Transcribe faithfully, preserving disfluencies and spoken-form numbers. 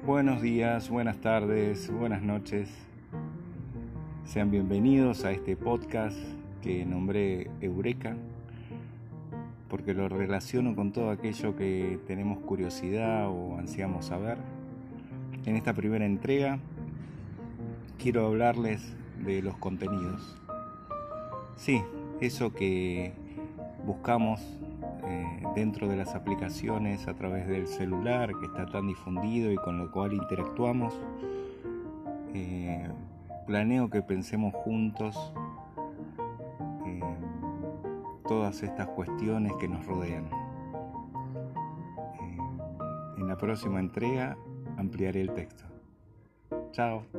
Buenos días, buenas tardes, buenas noches. Sean bienvenidos a este podcast que nombré Eureka, porque lo relaciono con todo aquello que tenemos curiosidad o ansiamos saber. En esta primera entrega quiero hablarles de los contenidos. Sí, eso que buscamos eh, dentro de las aplicaciones a través del celular, que está tan difundido y con lo cual interactuamos. Eh, planeo que pensemos juntos eh, todas estas cuestiones que nos rodean. Eh, en la próxima entrega ampliaré el texto. Chao.